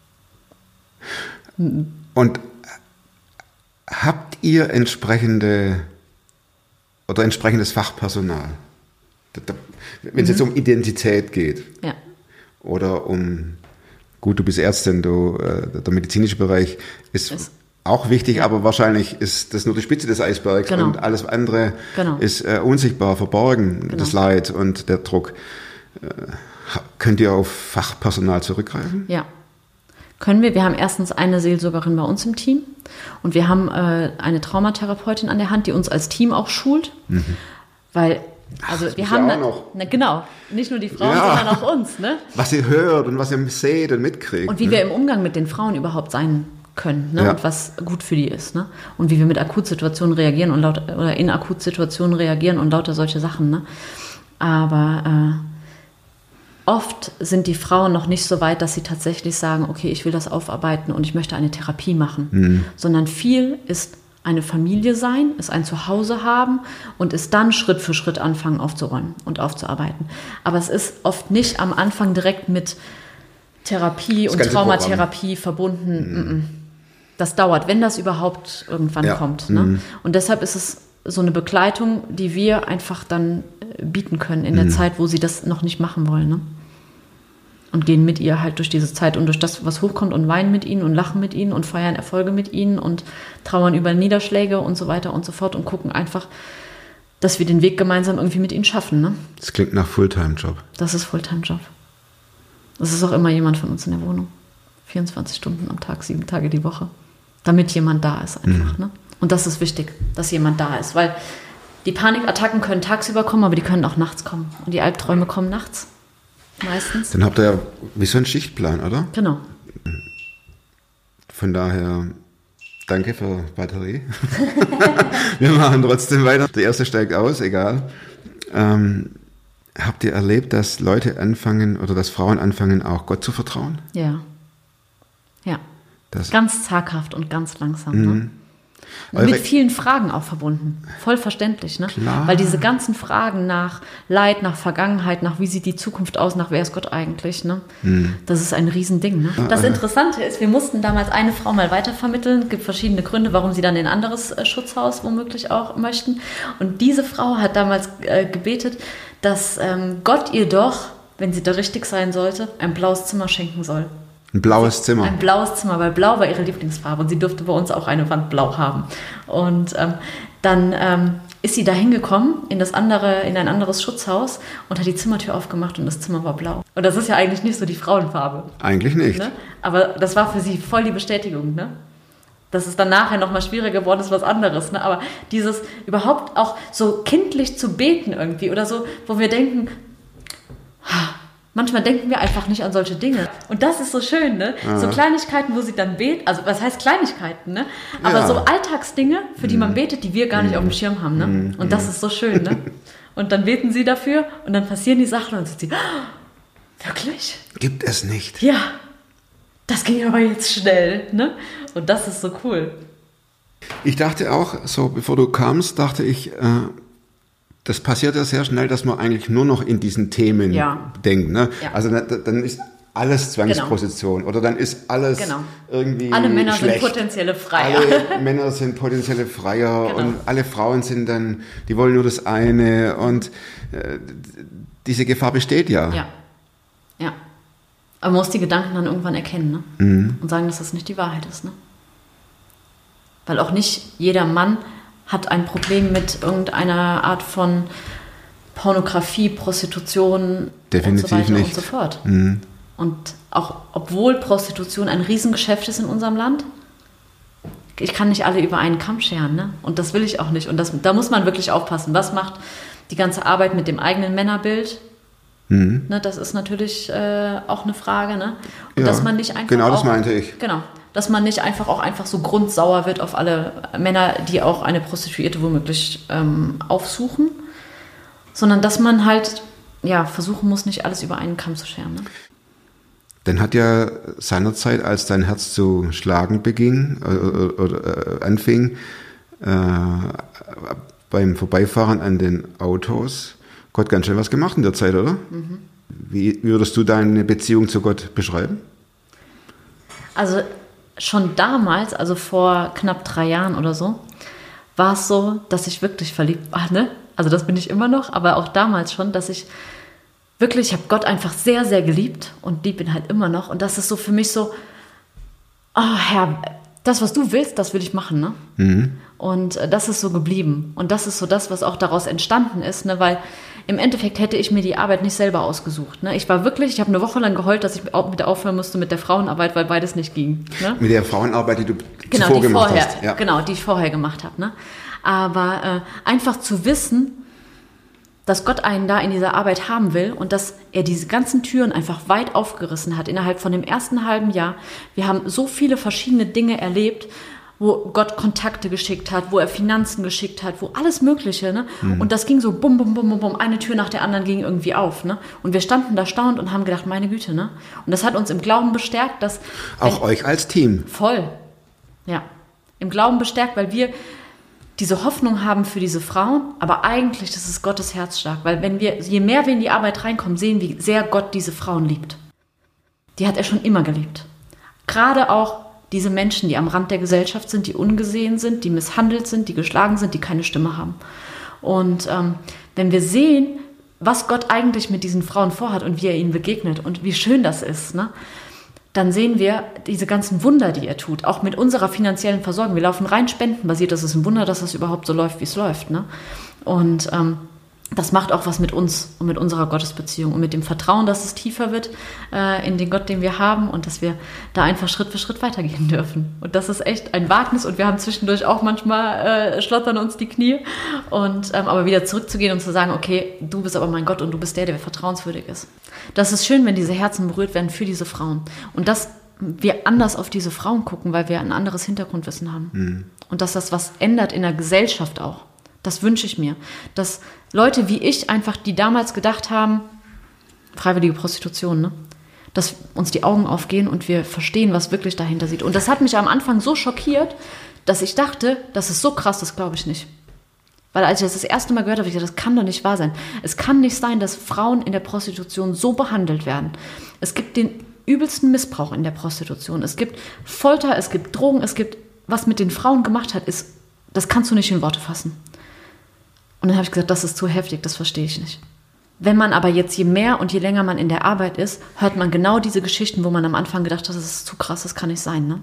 Und habt ihr entsprechendes Fachpersonal? Wenn es jetzt um Identität geht. Ja. Oder du bist Ärztin, der medizinische Bereich ist auch wichtig, aber wahrscheinlich ist das nur die Spitze des Eisbergs und alles andere ist unsichtbar, verborgen, das Leid und der Druck. Könnt ihr auf Fachpersonal zurückgreifen? Ja. Können wir. Wir haben erstens eine Seelsorgerin bei uns im Team und wir haben eine Traumatherapeutin an der Hand, die uns als Team auch schult, weil wir haben genau, nicht nur die Frauen, sondern auch uns, ne? Was ihr hört und was ihr seht und mitkriegt. Und wie wir im Umgang mit den Frauen überhaupt sein können, ne? Und was gut für die ist, ne? Und wie wir mit Akutsituationen reagieren oder in Akutsituationen reagieren und lauter solche Sachen, ne? Aber oft sind die Frauen noch nicht so weit, dass sie tatsächlich sagen, okay, ich will das aufarbeiten und ich möchte eine Therapie machen. Sondern viel ist eine Familie sein, ist ein Zuhause haben und ist dann Schritt für Schritt anfangen aufzuräumen und aufzuarbeiten. Aber es ist oft nicht am Anfang direkt mit Therapie und Traumatherapie verbunden. Das dauert, wenn das überhaupt irgendwann kommt. Ne? Und deshalb ist es so eine Begleitung, die wir einfach dann bieten können in der Zeit, wo sie das noch nicht machen wollen. Ne? Und gehen mit ihr halt durch diese Zeit und durch das, was hochkommt und weinen mit ihnen und lachen mit ihnen und feiern Erfolge mit ihnen und trauern über Niederschläge und so weiter und so fort und gucken einfach, dass wir den Weg gemeinsam irgendwie mit ihnen schaffen. Ne? Das klingt nach Fulltime-Job. Das ist Fulltime-Job. Es ist auch immer jemand von uns in der Wohnung. 24 Stunden am Tag, 7 Tage die Woche. Damit jemand da ist einfach. Ne? Und das ist wichtig, dass jemand da ist. Weil die Panikattacken können tagsüber kommen, aber die können auch nachts kommen. Und die Albträume kommen nachts. Meistens. Dann habt ihr ja wie so einen Schichtplan, oder? Genau. Von daher, danke für Batterie. Wir machen trotzdem weiter. Der erste steigt aus, egal. Habt ihr erlebt, dass Leute anfangen oder dass Frauen anfangen, auch Gott zu vertrauen? Ja. Ja. Ganz zaghaft und ganz langsam. Ne? Mit vielen Fragen auch verbunden. Voll verständlich, ne? Klar. Weil diese ganzen Fragen nach Leid, nach Vergangenheit, nach wie sieht die Zukunft aus, nach wer ist Gott eigentlich, ne? Das ist ein Riesending, ne? Das Interessante ist, wir mussten damals eine Frau mal weitervermitteln. Es gibt verschiedene Gründe, warum sie dann in ein anderes Schutzhaus womöglich auch möchten. Und diese Frau hat damals gebetet, dass Gott ihr doch, wenn sie da richtig sein sollte, ein blaues Zimmer schenken soll. Ein blaues Zimmer. Ein blaues Zimmer, weil blau war ihre Lieblingsfarbe und sie durfte bei uns auch eine Wand blau haben. Und dann ist sie da hingekommen in ein anderes Schutzhaus und hat die Zimmertür aufgemacht und das Zimmer war blau. Und das ist ja eigentlich nicht so die Frauenfarbe. Eigentlich nicht. Ne? Aber das war für sie voll die Bestätigung, ne? Dass es dann nachher nochmal schwieriger geworden ist, was anderes. Ne? Aber dieses überhaupt auch so kindlich zu beten irgendwie oder so, wo wir denken, Manchmal denken wir einfach nicht an solche Dinge. Und das ist so schön, ne? So Kleinigkeiten, wo sie dann beten, also was heißt Kleinigkeiten, ne? Aber so Alltagsdinge, für die man betet, die wir gar nicht auf dem Schirm haben, ne? Und das ist so schön, ne? Und dann beten sie dafür und dann passieren die Sachen und sie, wirklich? Gibt es nicht. Ja, das ging aber jetzt schnell, ne? Und das ist so cool. Ich dachte auch, so bevor du kamst, dachte ich, das passiert ja sehr schnell, dass man eigentlich nur noch in diesen Themen denkt. Ne? Ja. Also dann ist alles Zwangsposition oder dann ist alles irgendwie alle Männer schlecht. sind potenzielle Freier. Alle Männer sind potenzielle Freier und alle Frauen sind dann, die wollen nur das eine und diese Gefahr besteht ja. Ja. Aber man muss die Gedanken dann irgendwann erkennen, ne? Und sagen, dass das nicht die Wahrheit ist. Ne? Weil auch nicht jeder Mann hat ein Problem mit irgendeiner Art von Pornografie, Prostitution definitiv und so weiter nicht. Und so fort. Und auch obwohl Prostitution ein Riesengeschäft ist in unserem Land, ich kann nicht alle über einen Kamm scheren, ne? Und das will ich auch nicht. Und da muss man wirklich aufpassen. Was macht die ganze Arbeit mit dem eigenen Männerbild? Ne, das ist natürlich auch eine Frage. Ne? Und dass man nicht einfach genau, das meinte ich. Genau. Dass man nicht einfach so grundsauer wird auf alle Männer, die auch eine Prostituierte womöglich aufsuchen, sondern dass man halt versuchen muss, nicht alles über einen Kamm zu scheren. Ne? Dann hat ja seinerzeit, als dein Herz zu schlagen anfing, beim Vorbeifahren an den Autos, Gott ganz schön was gemacht in der Zeit, oder? Wie würdest du deine Beziehung zu Gott beschreiben? Also schon damals, also vor knapp 3 Jahren oder so, war es so, dass ich wirklich verliebt war. Ne? Also das bin ich immer noch, aber auch damals schon, dass ich habe Gott einfach sehr, sehr geliebt und lieb ihn halt immer noch. Und das ist so für mich so, oh Herr, das, was du willst, das will ich machen. Ne? Und das ist so geblieben. Und das ist so das, was auch daraus entstanden ist, ne? Weil im Endeffekt hätte ich mir die Arbeit nicht selber ausgesucht. Ne? Ich habe eine Woche lang geheult, dass ich auch mit aufhören musste mit der Frauenarbeit, weil beides nicht ging. Ne? Mit der Frauenarbeit, die du zuvor gemacht hast. Ja. Genau, die ich vorher gemacht habe. Ne? Aber einfach zu wissen, dass Gott einen da in dieser Arbeit haben will und dass er diese ganzen Türen einfach weit aufgerissen hat innerhalb von dem ersten halben Jahr. Wir haben so viele verschiedene Dinge erlebt, wo Gott Kontakte geschickt hat, wo er Finanzen geschickt hat, wo alles Mögliche. Ne? Und das ging so bum, bum, bum, bum, bum, eine Tür nach der anderen ging irgendwie auf. Ne? Und wir standen da staunend und haben gedacht, meine Güte. Ne? Und das hat uns im Glauben bestärkt, dass... Auch euch als Team. Voll, ja. Im Glauben bestärkt, weil wir diese Hoffnung haben für diese Frauen, aber eigentlich, das ist Gottes Herzschlag. Weil je mehr wir in die Arbeit reinkommen, sehen, wie sehr Gott diese Frauen liebt. Die hat er schon immer geliebt. Gerade auch diese Menschen, die am Rand der Gesellschaft sind, die ungesehen sind, die misshandelt sind, die geschlagen sind, die keine Stimme haben. Und wenn wir sehen, was Gott eigentlich mit diesen Frauen vorhat und wie er ihnen begegnet und wie schön das ist, ne, dann sehen wir diese ganzen Wunder, die er tut, auch mit unserer finanziellen Versorgung. Wir laufen rein spendenbasiert, das ist ein Wunder, dass das überhaupt so läuft, wie es läuft. Ne? Und das macht auch was mit uns und mit unserer Gottesbeziehung und mit dem Vertrauen, dass es tiefer wird in den Gott, den wir haben und dass wir da einfach Schritt für Schritt weitergehen dürfen. Und das ist echt ein Wagnis und wir haben zwischendurch auch manchmal schlottern uns die Knie. Und aber wieder zurückzugehen und zu sagen, okay, du bist aber mein Gott und du bist der vertrauenswürdig ist. Das ist schön, wenn diese Herzen berührt werden für diese Frauen. Und dass wir anders auf diese Frauen gucken, weil wir ein anderes Hintergrundwissen haben. Und dass das was ändert in der Gesellschaft auch. Das wünsche ich mir. Dass Leute wie ich einfach, die damals gedacht haben, freiwillige Prostitution, ne? Dass uns die Augen aufgehen und wir verstehen, was wirklich dahinter sieht. Und das hat mich am Anfang so schockiert, dass ich dachte, das ist so krass, das glaube ich nicht. Weil als ich das erste Mal gehört habe, ich dachte, das kann doch nicht wahr sein. Es kann nicht sein, dass Frauen in der Prostitution so behandelt werden. Es gibt den übelsten Missbrauch in der Prostitution. Es gibt Folter, es gibt Drogen, es gibt, was mit den Frauen gemacht hat, das kannst du nicht in Worte fassen. Und dann habe ich gesagt, das ist zu heftig, das verstehe ich nicht. Wenn man aber jetzt, je mehr und je länger man in der Arbeit ist, hört man genau diese Geschichten, wo man am Anfang gedacht hat, das ist zu krass, das kann nicht sein. Ne?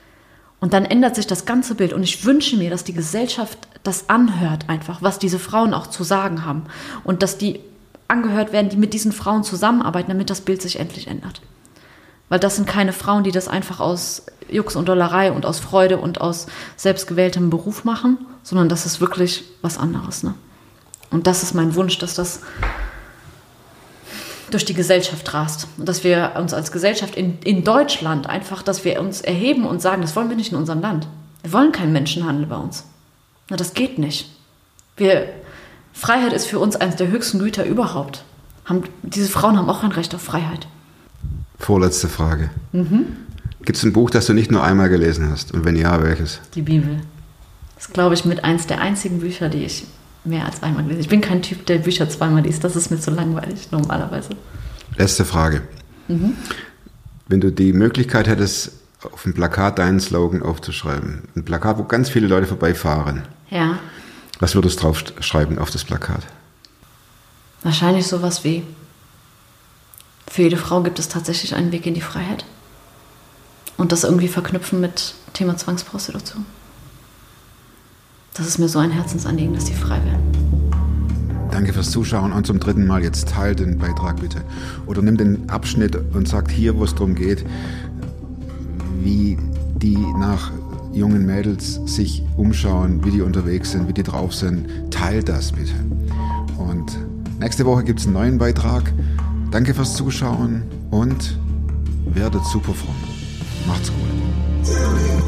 Und dann ändert sich das ganze Bild. Und ich wünsche mir, dass die Gesellschaft das anhört einfach, was diese Frauen auch zu sagen haben. Und dass die angehört werden, die mit diesen Frauen zusammenarbeiten, damit das Bild sich endlich ändert. Weil das sind keine Frauen, die das einfach aus Jux und Dollerei und aus Freude und aus selbstgewähltem Beruf machen, sondern das ist wirklich was anderes. Ne? Und das ist mein Wunsch, dass das durch die Gesellschaft rast. Und dass wir uns als Gesellschaft in Deutschland einfach, dass wir uns erheben und sagen, das wollen wir nicht in unserem Land. Wir wollen keinen Menschenhandel bei uns. Na, das geht nicht. Freiheit ist für uns eines der höchsten Güter überhaupt. Diese Frauen haben auch ein Recht auf Freiheit. Vorletzte Frage. Gibt es ein Buch, das du nicht nur einmal gelesen hast? Und wenn ja, welches? Die Bibel. Das ist, glaube ich, mit eins der einzigen Bücher, die ich mehr als einmal gelesen habe. Ich bin kein Typ, der Bücher zweimal liest. Das ist mir zu langweilig, normalerweise. Letzte Frage. Wenn du die Möglichkeit hättest, auf ein Plakat deinen Slogan aufzuschreiben, ein Plakat, wo ganz viele Leute vorbeifahren, Ja. was würdest du draufschreiben auf das Plakat? Wahrscheinlich sowas wie: Für jede Frau gibt es tatsächlich einen Weg in die Freiheit. Und das irgendwie verknüpfen mit Thema Zwangsprostitution. Das ist mir so ein Herzensanliegen, dass die frei werden. Danke fürs Zuschauen und zum 3. Mal jetzt teilt den Beitrag bitte. Oder nimm den Abschnitt und sagt hier, wo es darum geht, wie die nach jungen Mädels sich umschauen, wie die unterwegs sind, wie die drauf sind. Teilt das bitte. Und nächste Woche gibt es einen neuen Beitrag. Danke fürs Zuschauen und werdet super fromm. Macht's gut.